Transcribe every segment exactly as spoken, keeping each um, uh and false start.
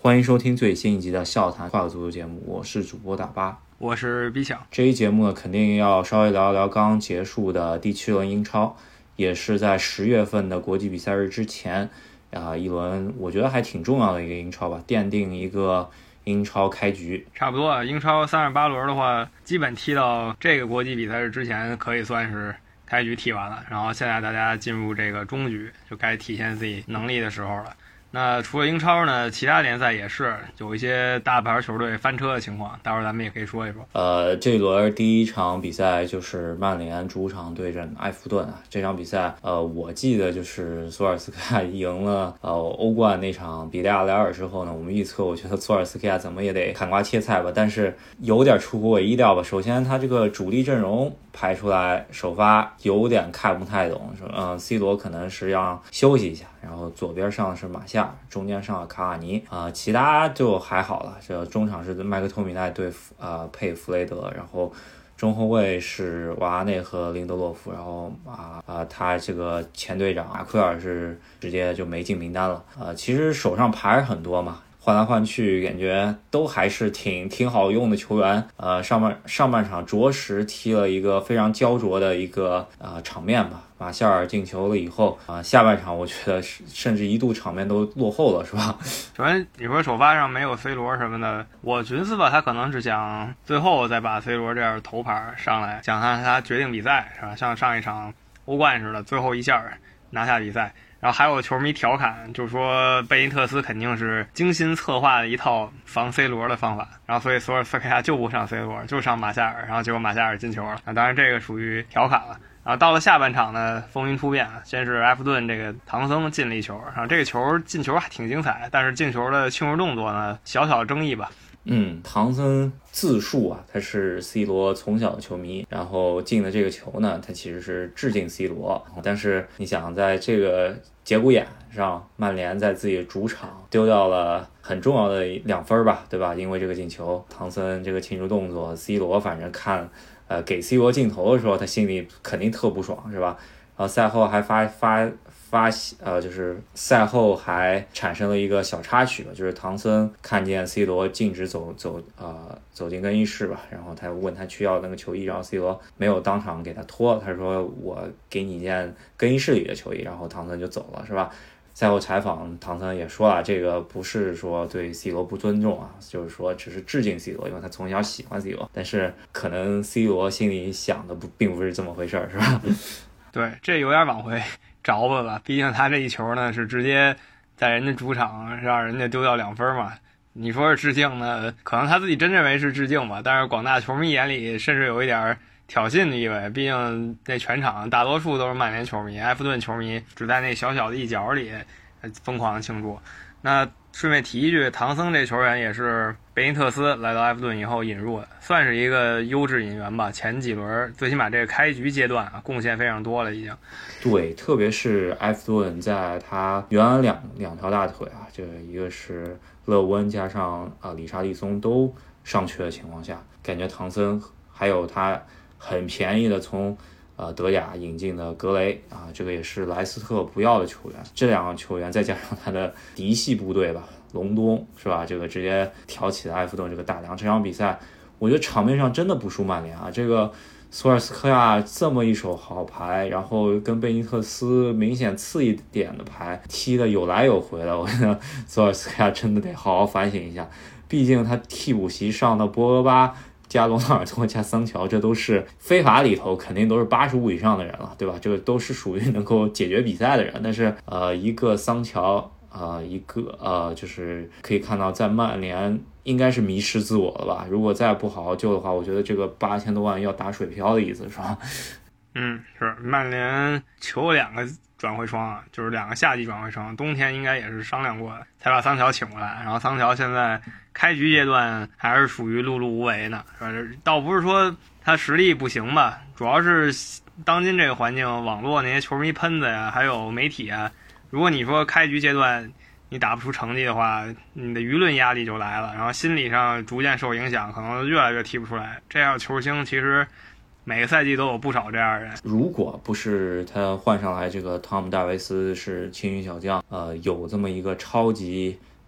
欢迎收听最新一集的笑谈快乐足球节目，我是主播大巴， 我是 B 强。 这一节目呢，肯定要稍微聊一聊刚结束的第七轮英超，也是在十月份的国际比赛日之前啊，一轮我觉得还挺重要的一个英超吧，奠定一个英超开局。 差不多，英超三十八轮的话，基本踢到这个国际比赛日之前，可以算是开局踢完了。然后现在大家进入这个中局，就该体现自己能力的时候了。那除了英超呢，其他联赛也是有一些大牌球队翻车的情况，待会儿咱们也可以说一说。 呃，这一轮第一场比赛就是曼联主场对阵埃弗顿啊。这场比赛，呃，我记得就是索尔斯克亚赢了呃欧冠那场比利亚雷尔之后呢，我们预测我觉得索尔斯克亚怎么也得砍瓜切菜吧，但是有点出乎我意料吧。首先他这个主力阵容排出来，首发有点看不太懂，嗯、呃、，C 罗可能是让休息一下，然后左边上的是马夏，中间上了卡瓦尼啊、呃，其他就还好了。这中场是麦克托米奈对呃配弗雷德，然后中后卫是瓦拉内和林德洛夫，然后啊啊、呃、他这个前队长阿奎尔是直接就没进名单了。呃，其实手上牌很多嘛。换来换去，感觉都还是挺挺好用的球员。呃，上半上半场着实踢了一个非常焦灼的一个呃场面吧。马夏尔进球了以后啊、呃，下半场我觉得甚至一度场面都落后了，是吧？ 首先你说首发上没有 C 罗什么的，我寻思吧，他可能是想最后再把 C 罗这样头牌上来，想让他决定比赛，是吧？像上一场欧冠似的，最后一下拿下比赛。然后还有球迷调侃，就是说贝尼特斯肯定是精心策划的一套防 C 罗的方法，然后所以索尔斯克亚就不上 C 罗，就上马夏尔，然后结果马夏尔进球了。那当然这个属于调侃了。然后到了下半场呢，风云突变，先是埃弗顿这个唐僧进了一球，然后这个球进球还挺精彩，但是进球的庆祝动作呢，小小争议吧。 嗯，唐僧自述啊，他是 C 罗从小的球迷，然后进的这个球呢，他其实是致敬 C 罗。但是你想，在这个节骨眼上，曼联在自己主场丢掉了很重要的两分吧，对吧？因为这个进球，唐僧这个庆祝动作 ，C 罗反正看，呃，给 C 罗镜头的时候，他心里肯定特不爽，是吧？然后赛后还发发。发呃，就是赛后还产生了一个小插曲吧，就是唐僧看见 C 罗径直走走呃走进更衣室吧，然后他问他去要那个球衣，然后 C 罗没有当场给他脱，他说我给你一件更衣室里的球衣，然后唐僧就走了，是吧？赛后采访，唐僧也说了，这个不是说对 C 罗不尊重啊，就是说只是致敬 C 罗，因为他从小喜欢 C 罗，但是可能 C 罗心里想的不并不是这么回事，是吧？ 对，这有点往回着吧吧，毕竟他这一球呢是直接在人家主场让人家丢掉两分嘛。你说是致敬呢，可能他自己真认为是致敬吧，但是广大球迷眼里甚至有一点挑衅的意味。毕竟那全场大多数都是曼联球迷，埃弗顿球迷只在那小小的一角里疯狂的庆祝。那顺便提一句，唐僧这球员也是贝尼特斯来到埃弗顿以后引入的，算是一个优质引援吧。前几轮最起码这个开局阶段啊，贡献非常多了已经。 对，特别是埃弗顿在他原来两两条大腿啊，这一个是勒温加上啊、呃、理查利松都上去的情况下，感觉唐森还有他很便宜的从呃德甲引进的格雷啊，这个也是莱斯特不要的球员，这两个球员再加上他的嫡系部队吧，隆冬是吧？这个直接挑起了埃弗顿这个大梁。这场比赛我觉得场面上真的不输曼联啊，这个索尔斯克亚这么一手好牌，然后跟贝尼特斯明显次一点的牌踢的有来有回的，我觉得索尔斯克亚真的得好好反省一下，毕竟他替补席上的博格巴加罗纳尔多加桑乔，这都是非法里头肯定都是八十五以上的人了，对吧？这个都是属于能够解决比赛的人，但是呃，一个桑乔，呃，一个呃，就是可以看到在曼联应该是迷失自我了吧？如果再不好好救的话，我觉得这个八千多万要打水漂的意思是吧？ 嗯，是曼联求两个转会窗啊，就是两个夏季转会窗，冬天应该也是商量过的，才把桑乔请过来。然后桑乔现在开局阶段还是属于碌碌无为呢，是吧？倒不是说他实力不行吧，主要是当今这个环境，网络那些球迷喷子呀，还有媒体啊，如果你说开局阶段你打不出成绩的话，你的舆论压力就来了，然后心理上逐渐受影响，可能越来越踢不出来。这样球星其实每个赛季都有不少这样的人。 如果不是他换上来这个汤姆戴维斯是青训小将，呃，有这么一个超级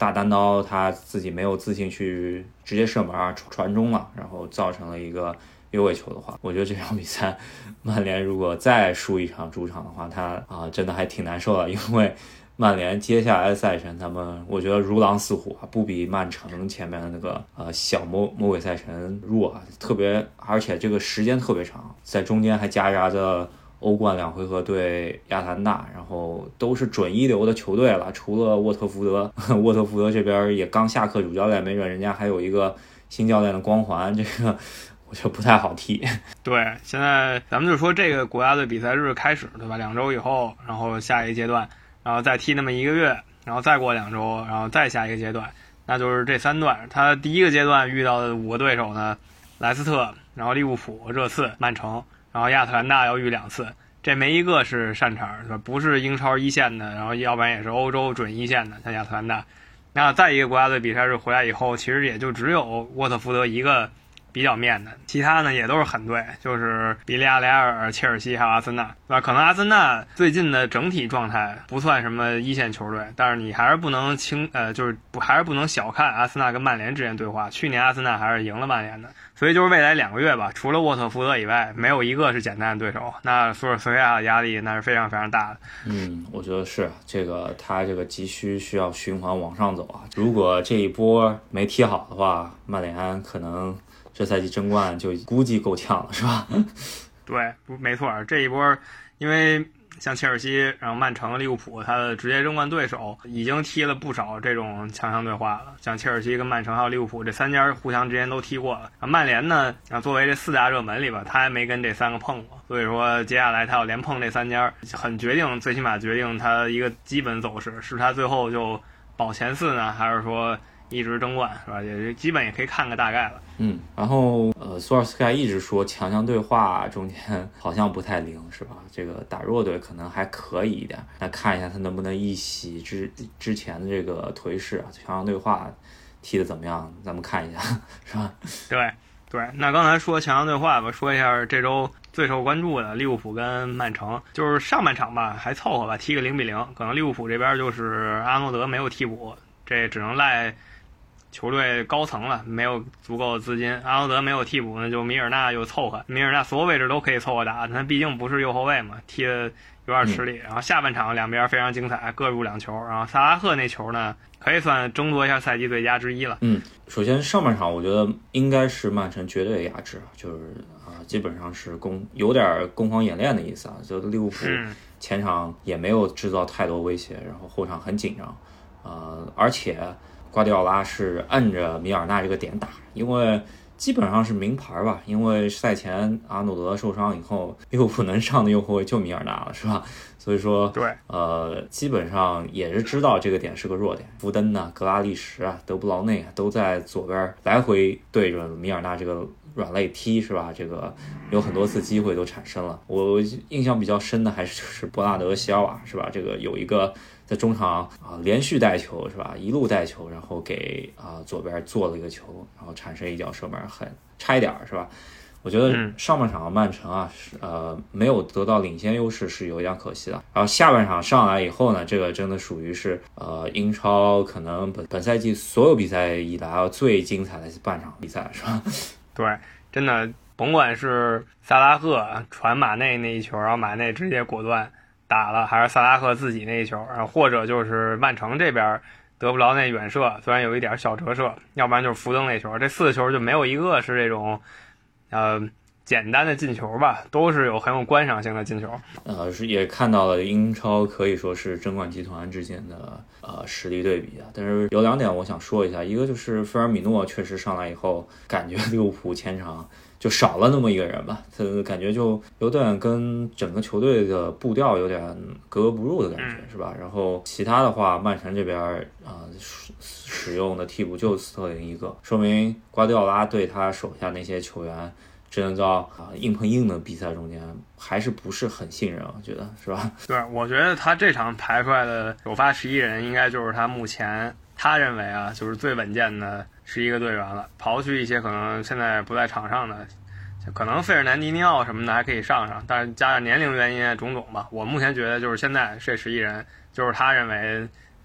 大单刀他自己没有自信去直接射门啊传中了，然后造成了一个越位球的话，我觉得这场比赛曼联如果再输一场主场的话，他啊、呃、真的还挺难受的，因为曼联接下来的赛程他们我觉得如狼似虎啊，不比曼城前面的那个呃小魔魔鬼赛程弱啊，特别而且这个时间特别长，在中间还夹杂着欧冠两回合对亚特兰大，然后都是准一流的球队了，除了沃特福德，沃特福德这边也刚下课主教练，没准人家还有一个新教练的光环，这个我觉得不太好踢。 对，现在咱们就说这个国家队比赛日开始，对吧？两周以后，然后下一个阶段，然后再踢那么一个月，然后再过两周，然后再下一个阶段，那就是这三段。他第一个阶段遇到的五个对手呢，莱斯特，然后利物浦、热刺、曼城。然后亚特兰大要遇两次，这没一个是擅长，是吧？不是英超一线的，然后要不然也是欧洲准一线的，像亚特兰大。那再一个国家队比赛日回来以后，其实也就只有沃特福德一个比较面的，其他呢也都是狠队，就是比利亚雷亚尔、切尔西还有阿森纳，对吧？可能阿森纳最近的整体状态不算什么一线球队，但是你还是不能轻呃，就是不还是不能小看阿森纳跟曼联之间对话。去年阿森纳还是赢了曼联的。所以就是未来两个月吧，除了沃特福德以外，没有一个是简单的对手。那索尔斯克亚的压力那是非常非常大的。 嗯，我觉得是这个，他这个急需需要循环往上走啊。如果这一波没踢好的话，曼联可能这赛季争冠就估计够呛了，是吧？ 对，没错，这一波因为像切尔西、然后曼城、利物浦，他的直接争冠对手已经踢了不少这种强强对话了。像切尔西跟曼城还有利物浦这三家互相之间都踢过了。啊，曼联呢，啊作为这四大热门里吧，他还没跟这三个碰过，所以说接下来他要连碰这三家，很决定，最起码决定他一个基本走势，是他最后就保前四呢，还是说一直争冠，是吧？也基本也可以看个大概了。 嗯，然后呃，索尔斯克亚一直说强强对话中间好像不太灵，是吧？这个打弱队可能还可以一点，那看一下他能不能一洗之之前的这个颓势啊，强强对话踢得怎么样？咱们看一下，是吧？ 对对，那刚才说强强对话吧，说一下这周最受关注的利物浦跟曼城，就是上半场吧还凑合吧，踢个零比零，可能利物浦这边就是阿诺德没有替补，这只能赖球队高层了，没有足够的资金。阿诺德没有替补呢，就米尔纳又凑合，米尔纳所有位置都可以凑合打，他毕竟不是右后卫嘛，踢的有点吃力。然后下半场两边非常精彩，各入两球。然后萨拉赫那球呢，可以算争夺一下赛季最佳之一了。 嗯，首先上半场我觉得应该是曼城绝对的压制，就是啊、呃，基本上是攻有点攻防演练的意思啊，就利物浦前场也没有制造太多威胁，然后后场很紧张，呃，而且瓜迪奥拉是按着米尔纳这个点打，因为基本上是名牌吧，因为赛前阿诺德受伤以后，利物浦能上的右后卫就米尔纳了，是吧？所以说， 对， 呃，基本上也是知道这个点是个弱点。福登呐、格拉利什啊、德布劳内啊，都在左边来回对着米尔纳这个软肋踢，是吧？这个有很多次机会都产生了。我印象比较深的还是就是伯纳德席尔瓦，是吧？这个有一个在中场啊连续带球，是吧？一路带球，然后给啊左边做了一个球，然后产生一脚射门，很差一点，是吧？我觉得上半场曼城啊，呃，没有得到领先优势是有点可惜的。然后下半场上来以后呢，这个真的属于是呃英超可能本本赛季所有比赛以来最精彩的半场比赛，是吧？ 对，真的，甭管是萨拉赫传马内那一球，然后马内直接果断打了，还是萨拉赫自己那一球，然后或者就是曼城这边德布劳内远射，虽然有一点小折射，要不然就是福登那球，这四个球就没有一个是这种。呃，简单的进球吧，都是有很有观赏性的进球。 呃，是也看到了英超可以说是争冠集团之间的呃实力对比啊。但是有两点我想说一下，一个就是菲尔米诺确实上来以后，感觉利物浦前场就少了那么一个人吧，他感觉就有点跟整个球队的步调有点格格不入的感觉，是吧？然后其他的话，曼城这边啊、呃、使用的替补就斯特林一个，说明瓜迪奥拉对他手下那些球员。只能叫啊硬碰硬的比赛中间还是不是很信任，我觉得是吧？ 对，我觉得他这场排出来的首发十一人，应该就是他目前他认为啊，就是最稳健的十一个队员了。刨去一些可能现在不在场上的，可能费尔南迪尼奥什么的还可以上上，但是加上年龄原因啊种种吧，我目前觉得就是现在这十一人，就是他认为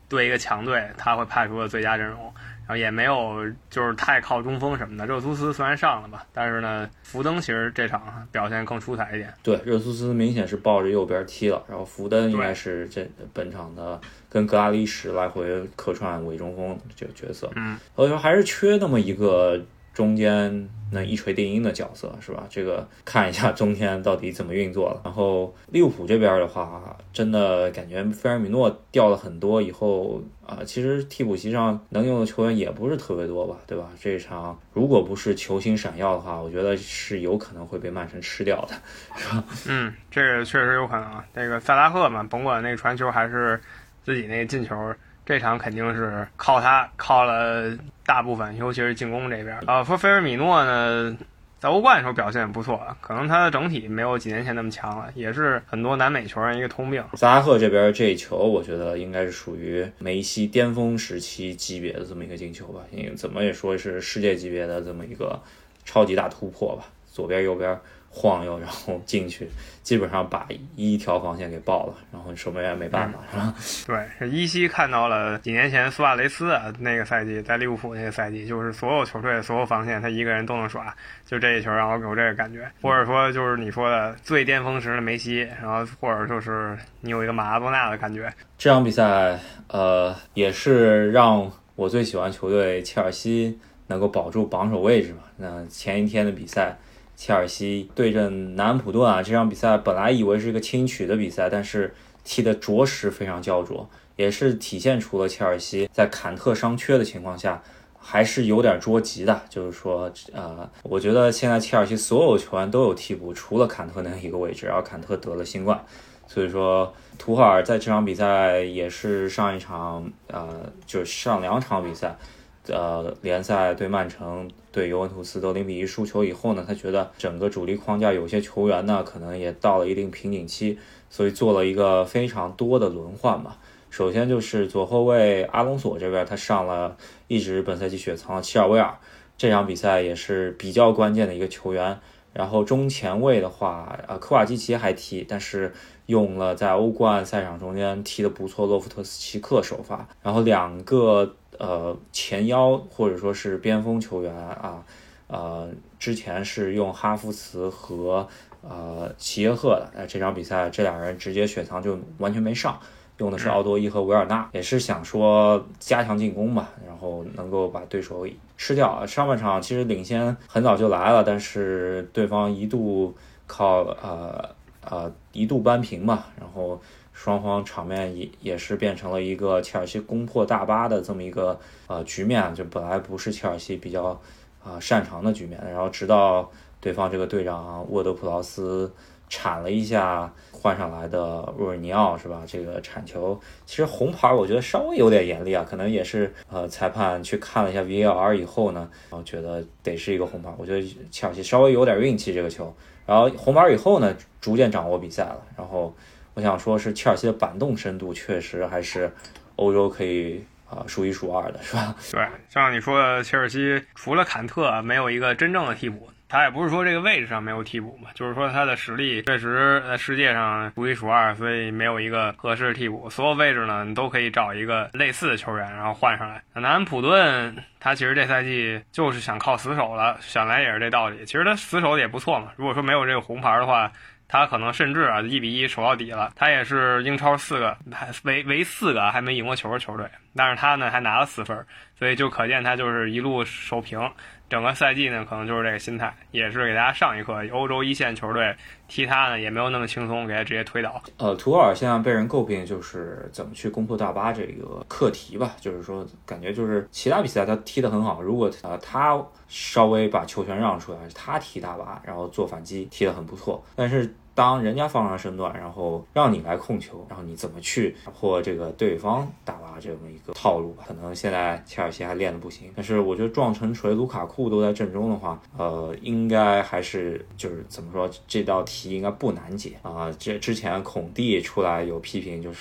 对一个强队他会派出的最佳阵容，然后也没有就是太靠中锋什么的。热苏斯虽然上了吧，但是呢，福登其实这场表现更出彩一点。 对，热苏斯明显是抱着右边踢了，然后福登应该是这本场的跟格拉利什来回客串伪中锋这个角色。 嗯， 所以说还是缺那么一个中间能一锤定音的角色，是吧？这个看一下中间到底怎么运作了。然后利物浦这边的话，真的感觉菲尔米诺掉了很多以后啊、呃，其实替补席上能用的球员也不是特别多吧，对吧？这场如果不是球星闪耀的话，我觉得是有可能会被曼城吃掉的，是吧？ 嗯，这个确实有可能啊。这个萨拉赫嘛，甭管那个传球还是自己那个进球，这场肯定是靠他，靠了大部分，尤其是进攻这边。呃，说菲尔米诺呢，在欧冠的时候表现也不错，可能他的整体没有几年前那么强了，也是很多南美球员一个通病。 萨拉赫这边这一球，我觉得应该是属于梅西巅峰时期级别的这么一个进球吧，因为怎么也说是世界级别的这么一个超级大突破吧，左边右边晃悠，然后进去，基本上把一条防线给爆了，然后守门员没办法， 嗯、 是吧？ 对，依稀看到了几年前苏亚雷斯啊那个赛季，在利物浦那个赛季，就是所有球队所有防线他一个人都能耍，就这一球让我有这个感觉。或者说就是你说的最巅峰时的梅西，然后或者就是你有一个马拉多纳的感觉。 这场比赛，呃，也是让我最喜欢球队切尔西能够保住榜首位置嘛。那前一天的比赛，切尔西对阵南安普顿啊，这场比赛本来以为是一个轻取的比赛，但是踢得着实非常焦灼，也是体现出了切尔西在坎特伤缺的情况下还是有点捉急的。就是说呃，我觉得现在切尔西所有球员都有替补，除了坎特那一个位置，然后坎特得了新冠，所以说图赫尔在这场比赛也是上一场呃，就是上两场比赛呃，联赛对曼城对尤文图斯都零比一输球以后呢，他觉得整个主力框架有些球员呢可能也到了一定瓶颈期，所以做了一个非常多的轮换嘛。首先就是左后卫阿隆索这边，他上了一直本赛季雪藏的齐尔维尔，这场比赛也是比较关键的一个球员。然后中前卫的话，呃，科瓦基奇还踢，但是用了在欧冠赛场中间踢得不错洛夫特斯奇克首发，然后两个呃前腰或者说是边锋球员啊，呃，之前是用哈弗茨和呃齐耶赫的，呃，这场比赛这两人直接雪藏就完全没上。用的是奥多伊和维尔纳，也是想说加强进攻吧，然后能够把对手吃掉。上半场其实领先很早就来了，但是对方一度靠呃呃一度扳平嘛，然后双方场面也也是变成了一个切尔西攻破大巴的这么一个呃局面，就本来不是切尔西比较啊、呃、擅长的局面，然后直到对方这个队长沃德普劳斯铲了一下换上来的若尔尼奥，是吧？这个铲球其实红牌我觉得稍微有点严厉啊，可能也是呃裁判去看了一下 V A R 以后呢，然后觉得得是一个红牌。我觉得切尔西稍微有点运气这个球，然后红牌以后呢，逐渐掌握比赛了。然后我想说是切尔西的板动深度确实还是欧洲可以啊、呃、数一数二的，是吧？ 对，像你说的，切尔西除了坎特没有一个真正的替补。他也不是说这个位置上没有替补嘛，就是说他的实力确实在世界上数一数二，所以没有一个合适的替补。所有位置呢，你都可以找一个类似的球员，然后换上来。南安普顿他其实这赛季就是想靠死守了，想来也是这道理。其实他死守的也不错嘛，如果说没有这个红牌的话，他可能甚至啊一比一守到底了。他也是英超四个唯唯四个还没赢过球的球队，但是他呢还拿了四分，所以就可见他就是一路守平。整个赛季呢，可能就是这个心态，也是给大家上一课。欧洲一线球队踢他呢，也没有那么轻松，给他直接推倒。 呃，图赫尔现在被人诟病就是怎么去攻破大巴这个课题吧，就是说感觉就是其他比赛他踢得很好，如果呃他稍微把球权让出来，他踢大巴，然后做反击踢得很不错，但是当人家放上身段，然后让你来控球，然后你怎么去打破这个对方大巴这么一个套路吧？可能现在切尔西还练得不行，但是我觉得撞成锤卢卡库都在阵中的话，呃，应该还是就是怎么说，这道题应该不难解啊、呃。这之前孔蒂出来有批评，就是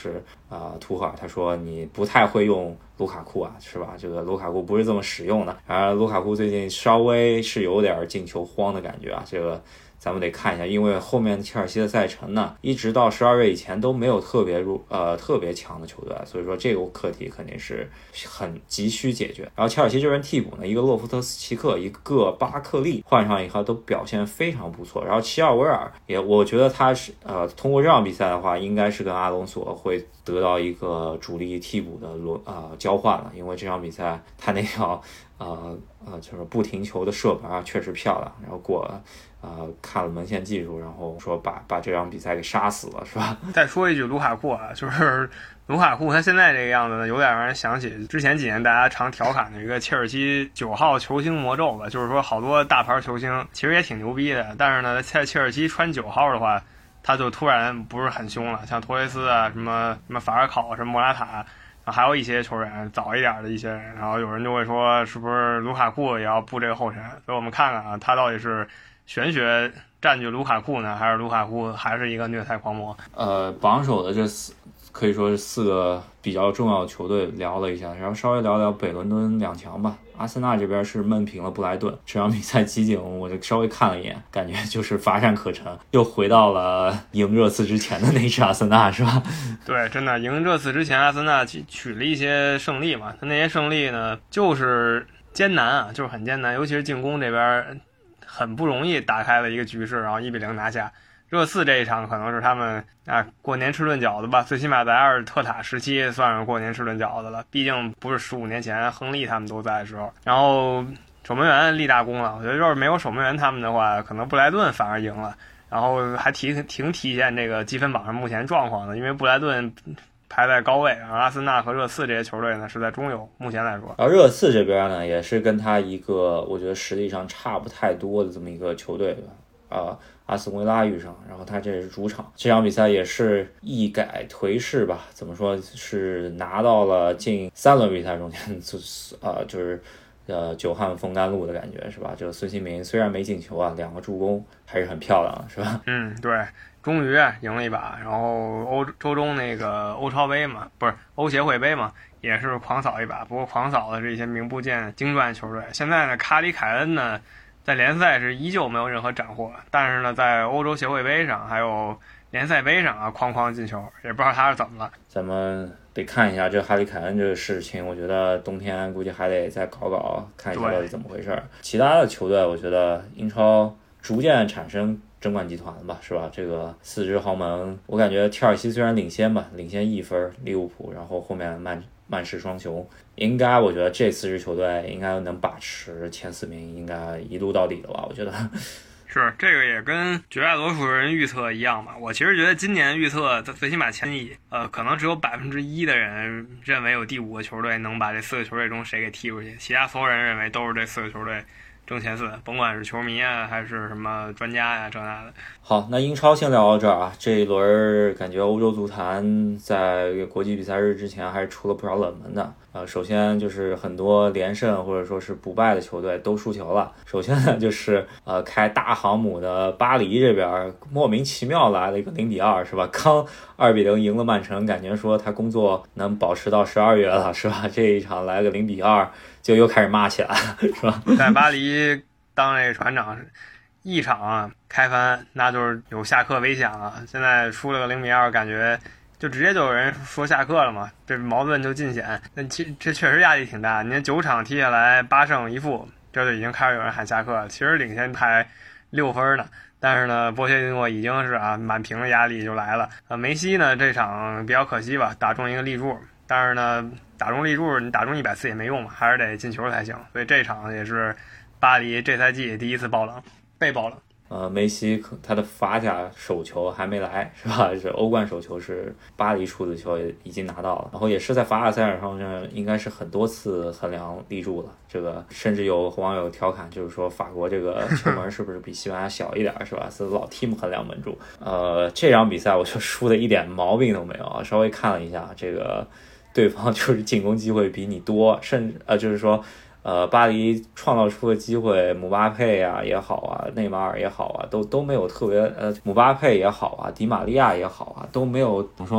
啊、呃，图赫尔他说你不太会用卢卡库啊，是吧？这个卢卡库不是这么使用的。然而卢卡库最近稍微是有点进球荒的感觉啊，这个咱们得看一下，因为后面切尔西的赛程呢，一直到十二月以前都没有特别入呃特别强的球队，所以说这个课题肯定是很急需解决。然后切尔西这边替补呢，一个洛夫特斯奇克，一个巴克利换上以后都表现非常不错。然后齐尔维尔也，我觉得他是呃通过这场比赛的话，应该是跟阿隆索会得到一个主力替补的轮呃交换了，因为这场比赛他那条呃呃就是不停球的射门啊确实漂亮，然后过了。呃，看了门线技术，然后说把把这场比赛给杀死了，是吧？ 再说一句卢卡库啊，就是卢卡库他现在这个样子呢，有点让人想起之前几年大家常调侃的一个切尔西九号球星魔咒吧，就是说好多大牌球星其实也挺牛逼的，但是呢，在切尔西穿九号的话，他就突然不是很凶了，像托雷斯啊，什么什么法尔考，什么莫拉塔。还有一些球员早一点的一些人，然后有人就会说是不是卢卡库也要布这个后尘，所以我们看看啊，他到底是玄学占据卢卡库呢，还是卢卡库还是一个虐菜狂魔？ 呃，榜首的这四可以说是四个比较重要的球队聊了一下，然后稍微聊聊北伦敦两强吧。阿森纳这边是闷平了布莱顿，这场比赛集锦我就稍微看了一眼，感觉就是乏善可陈，又回到了赢热刺之前的那支阿森纳，是吧？ 对，真的赢热刺之前，阿森纳取了一些胜利嘛，他那些胜利呢，就是艰难啊，就是很艰难，尤其是进攻这边很不容易打开了一个局势，然后一比零拿下。热刺这一场可能是他们啊过年吃顿饺子吧，最起码在阿尔特塔时期算是过年吃顿饺子了，毕竟不是十五年前亨利他们都在的时候。然后守门员立大功了，我觉得要是没有守门员他们的话，可能布莱顿反而赢了，然后还挺挺体现这个积分榜上目前状况的，因为布莱顿排在高位，然后阿森纳和热刺这些球队呢是在中游，目前来说。 然后热刺这边呢也是跟他一个我觉得实力上差不太多的这么一个球队吧。呃，阿斯顿维拉遇上，然后他这是主场，这场比赛也是一改颓势吧？怎么说是拿到了近三轮比赛中间，就是呃，就是呃久旱逢甘露的感觉是吧？这个孙兴民虽然没进球啊，两个助攻还是很漂亮的，是吧？ 嗯，对，终于赢了一把，然后欧周中那个欧超杯嘛，不是欧协会杯嘛，也是狂扫一把，不过狂扫的是一些名不见经传球队。现在呢，卡里凯恩呢？在联赛是依旧没有任何斩获，但是呢，在欧洲协会杯上还有联赛杯上啊，哐哐进球，也不知道他是怎么了。 咱们得看一下这哈里凯恩这个事情，我觉得冬天估计还得再搞搞，看一下到底怎么回事。其他的球队，我觉得英超逐渐产生争冠集团吧，是吧？这个四支豪门，我感觉切尔西虽然领先吧，领先一分，利物浦，然后后面曼曼市双雄。应该我觉得这四支球队应该能把持前四名，应该一路到底的吧，我觉得。 是，这个也跟绝大多数人预测一样嘛。我其实觉得今年预测最起码前几，呃，可能只有百分之一的人认为有第五个球队能把这四个球队中谁给踢出去，其他所有人认为都是这四个球队争前四，甭管是球迷啊还是什么专家呀、啊、这那的。 好，那英超先聊到这儿啊。这一轮感觉欧洲足坛在国际比赛日之前还是出了不少冷门的。呃，首先就是很多连胜或者说是不败的球队都输球了。首先呢，就是呃开大航母的巴黎这边莫名其妙来了一个零比二，是吧？刚二比零赢了曼城，感觉说他工作能保持到十二月了，是吧？这一场来个零比二，就又开始骂起来了，是吧？ 在巴黎当这个船长。一场啊开翻，那就是有下课危险了。现在输了个零比二，感觉就直接就有人说下课了嘛，这矛盾就尽显。那其这确实压力挺大。你看九场踢下来八胜一负，这就已经开始有人喊下课了。其实领先还六分呢，但是呢，波切蒂诺已经是啊满屏的压力就来了。呃，梅西呢这场比较可惜吧，打中一个立柱，但是呢打中立柱你打中一百次也没用嘛，还是得进球才行。所以这场也是巴黎这赛季第一次爆冷。被爆了， 呃，梅西他的法甲首球还没来，是吧？是欧冠首球是巴黎出的球也已经拿到了，然后也是在法甲赛场上呢，应该是很多次横梁立柱了。这个甚至有网友调侃，就是说法国这个球门是不是比西班牙小一点，是吧？是老踢横梁门柱。呃，这场比赛我就输的一点毛病都没有啊，稍微看了一下，这个对方就是进攻机会比你多，甚至呃就是说。呃，巴黎创造出的机会，姆巴佩啊也好啊，内马尔也好啊，都都没有特别呃，姆巴佩也好啊，迪玛利亚也好啊，都没有怎么说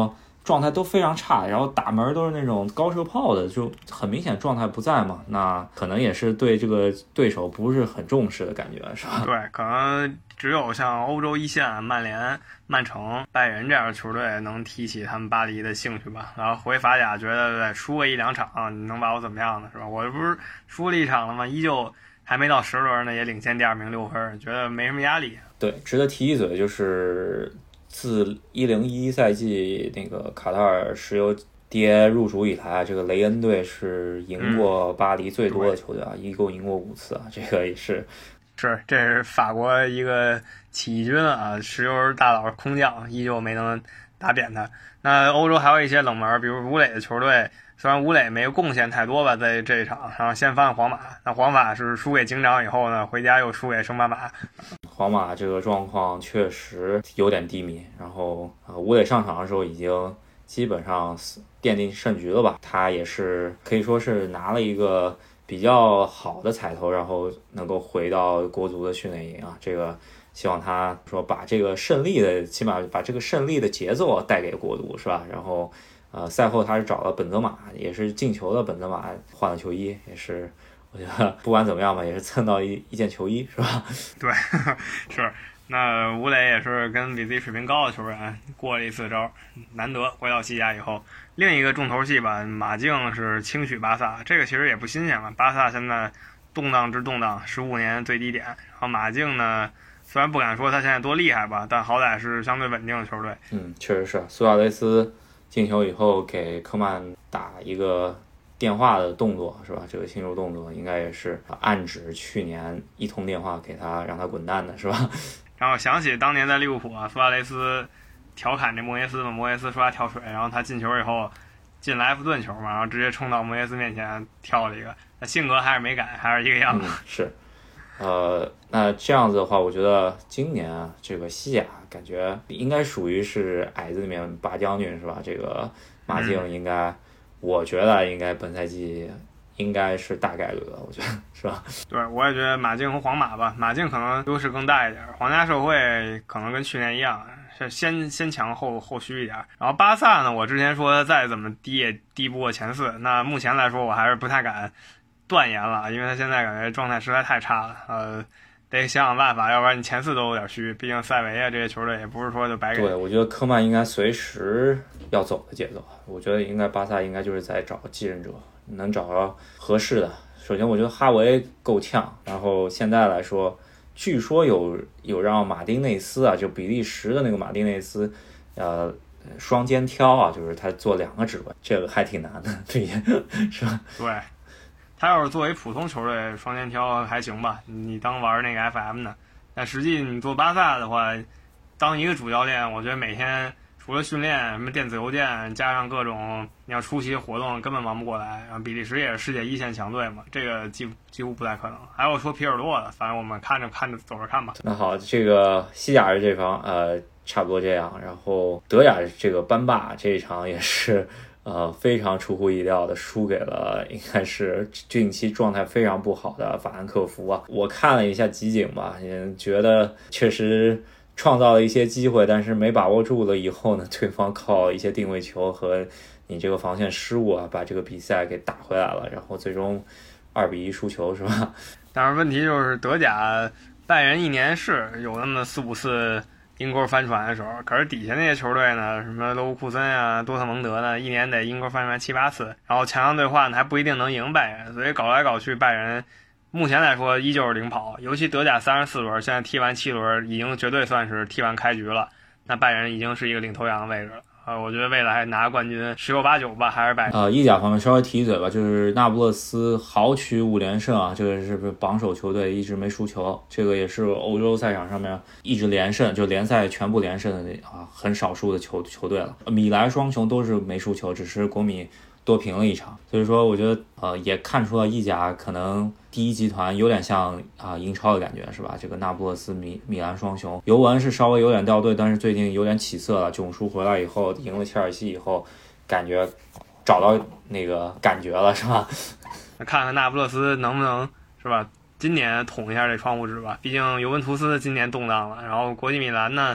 状态都非常差，然后打门都是那种高射炮的，就很明显状态不在嘛。那可能也是对这个对手不是很重视的感觉，是吧？ 对，可能只有像欧洲一线、曼联、曼城、拜仁这样的球队能提起他们巴黎的兴趣吧。然后回法甲觉得输个一两场，你能把我怎么样呢？是吧？我这不是输了一场了吗？依旧还没到十轮呢，也领先第二名六分，觉得没什么压力。 对，值得提一嘴就是自一零一赛季那个卡塔尔石油跌入主以来，这个雷恩队是赢过巴黎最多的球队啊，嗯、一共赢过五次啊，这个也是。 是，这是法国一个起义军啊，石油大佬空降依旧没能打扁他。那欧洲还有一些冷门，比如吴磊的球队，虽然吴磊没有贡献太多吧，在这一场，然后先翻皇马，那皇马是输给警长以后呢，回家又输给圣巴马。 皇马这个状况确实有点低迷，然后啊，吴磊上场的时候已经基本上奠定胜局了吧，他也是可以说是拿了一个比较好的彩头，然后能够回到国足的训练营啊，这个希望他说把这个胜利的，起码把这个胜利的节奏带给国足，是吧？然后呃，赛后他是找了本泽马，也是进球的本泽马换了球衣，也是我觉得不管怎么样吧，也是蹭到一一件球衣，是吧？ 对，是。那吴磊也是跟比自己水平高的球员过了一次招，难得回到西甲以后，另一个重头戏吧，马竞是轻取巴萨，这个其实也不新鲜了。巴萨现在动荡之动荡，十五年最低点。然后马竞呢，虽然不敢说他现在多厉害吧，但好歹是相对稳定的球队。 嗯，确实是。苏亚雷斯进球以后给科曼打一个电话的动作，是吧？这个庆祝动作应该也是暗指去年一通电话给他让他滚蛋的，是吧？ 然后想起当年在利物浦啊，苏亚雷斯调侃这莫耶斯嘛，莫耶斯说他跳水，然后他进球以后进了埃弗顿球嘛，然后直接冲到莫耶斯面前跳了一个，那性格还是没改，还是一个样子。 嗯、是，呃，那这样子的话，我觉得今年啊，这个西甲感觉应该属于是矮子里面拔将军，是吧？这个马竞应该，嗯、我觉得应该本赛季应该是大概率的，我觉得是吧？ 对，我也觉得马竞和皇马吧，马竞可能优势更大一点，皇家社会可能跟去年一样，是先先强后后虚一点。然后巴萨呢，我之前说再怎么低也低不过前四，那目前来说我还是不太敢断言了，因为他现在感觉状态实在太差了，呃，得想想办法，要不然你前四都有点虚，毕竟塞维啊这些球队也不是说就白给。 对，我觉得科曼应该随时要走的节奏，我觉得应该巴萨应该就是在找继任者。能找到合适的，首先我觉得哈维够呛，然后现在来说，据说有有让马丁内斯啊，就比利时的那个马丁内斯，呃，双肩挑啊，就是他做两个指挥，这个还挺难的，对，是吧？ 对，他要是作为普通球队双肩挑还行吧，你当玩那个 F M 呢，但实际你做巴萨的话，当一个主教练，我觉得每天除了训练，什么电子邮件，加上各种你要出席活动，根本忙不过来。然后比利时也是世界一线强队嘛，这个几几乎不太可能。还有说皮尔洛的，反正我们看着看着走着看吧。 那好，这个西甲是这方呃差不多这样，然后德甲这个班霸这一场也是呃非常出乎意料的输给了应该是近期状态非常不好的法兰克福啊。我看了一下集锦吧，也觉得确实创造了一些机会，但是没把握住了以后呢，对方靠一些定位球和你这个防线失误啊，把这个比赛给打回来了，然后最终二比一输球，是吧？ 但是问题就是德甲拜仁一年是有那么四五次阴沟翻船的时候，可是底下那些球队呢，什么勒沃库森啊、多特蒙德呢，一年得阴沟翻船七八次，然后强强对话呢还不一定能赢拜仁，所以搞来搞去拜仁目前来说依旧是领跑，尤其德甲三十四轮，现在踢完七轮，已经绝对算是踢完开局了。那拜仁已经是一个领头羊的位置了。呃，我觉得未来拿冠军十有八九吧，还是拜仁。 呃，意甲方面稍微提一嘴吧，就是那不勒斯豪取五连胜啊，这个是不是榜首球队一直没输球？这个也是欧洲赛场上面一直连胜，就联赛全部连胜的啊，很少数的球球队了。米兰双雄都是没输球，只是国米多平了一场，所以说我觉得呃也看出了意甲可能第一集团有点像啊、呃、英超的感觉，是吧？这个那不勒斯米米兰双雄，尤文是稍微有点掉队，但是最近有点起色了。囧叔回来以后赢了切尔西以后，感觉找到那个感觉了，是吧？ 看看那不勒斯能不能是吧？今年捅一下这窗户纸吧，毕竟尤文图斯今年动荡了，然后国际米兰呢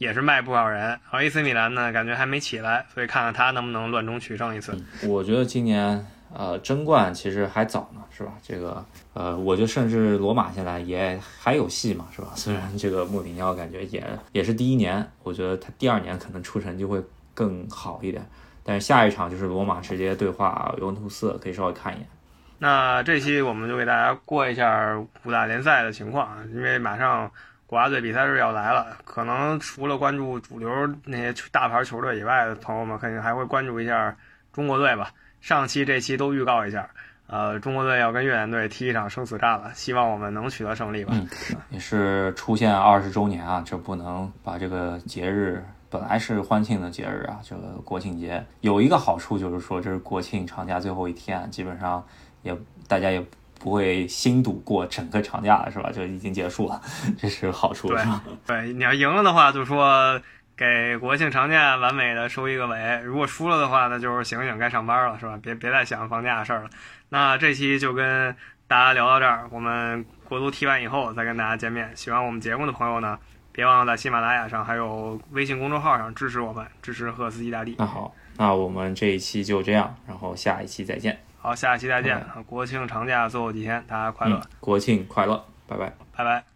也是卖不少人。而 A C 米兰呢，感觉还没起来，所以看看他能不能乱中取胜一次。 嗯、我觉得今年呃争冠其实还早呢，是吧？这个呃，我觉得甚至罗马现在也还有戏嘛，是吧？虽然这个穆里尼奥感觉也也是第一年，我觉得他第二年可能出成绩会更好一点。但是下一场就是罗马直接对话尤文图斯，可以稍微看一眼。 那这期我们就给大家过一下五大联赛的情况，因为马上国家队比赛日要来了，可能除了关注主流那些大牌球队以外的朋友们，肯定还会关注一下中国队吧。上期这期都预告一下，呃，中国队要跟越南队踢一场生死战了，希望我们能取得胜利吧。 嗯，也是出现二十周年啊，这不能把这个节日。本来是欢庆的节日啊，这个国庆节有一个好处就是说，这是国庆长假最后一天，基本上也大家也不会心堵过整个长假了，是吧？就已经结束了，这是好处。 对对，你要赢了的话，就说给国庆长假完美的收一个尾；如果输了的话，那就是醒醒该上班了，是吧？别别再想放假的事儿了。那这期就跟大家聊到这儿，我们国足踢完以后再跟大家见面。喜欢我们节目的朋友呢，别忘了在喜马拉雅上还有微信公众号上支持我们，支持赫斯基大帝。 那好，那我们这一期就这样，然后下一期再见。 好，下一期再见。国庆长假最后几天，大家快乐、 嗯、国庆快乐，拜拜， 拜拜。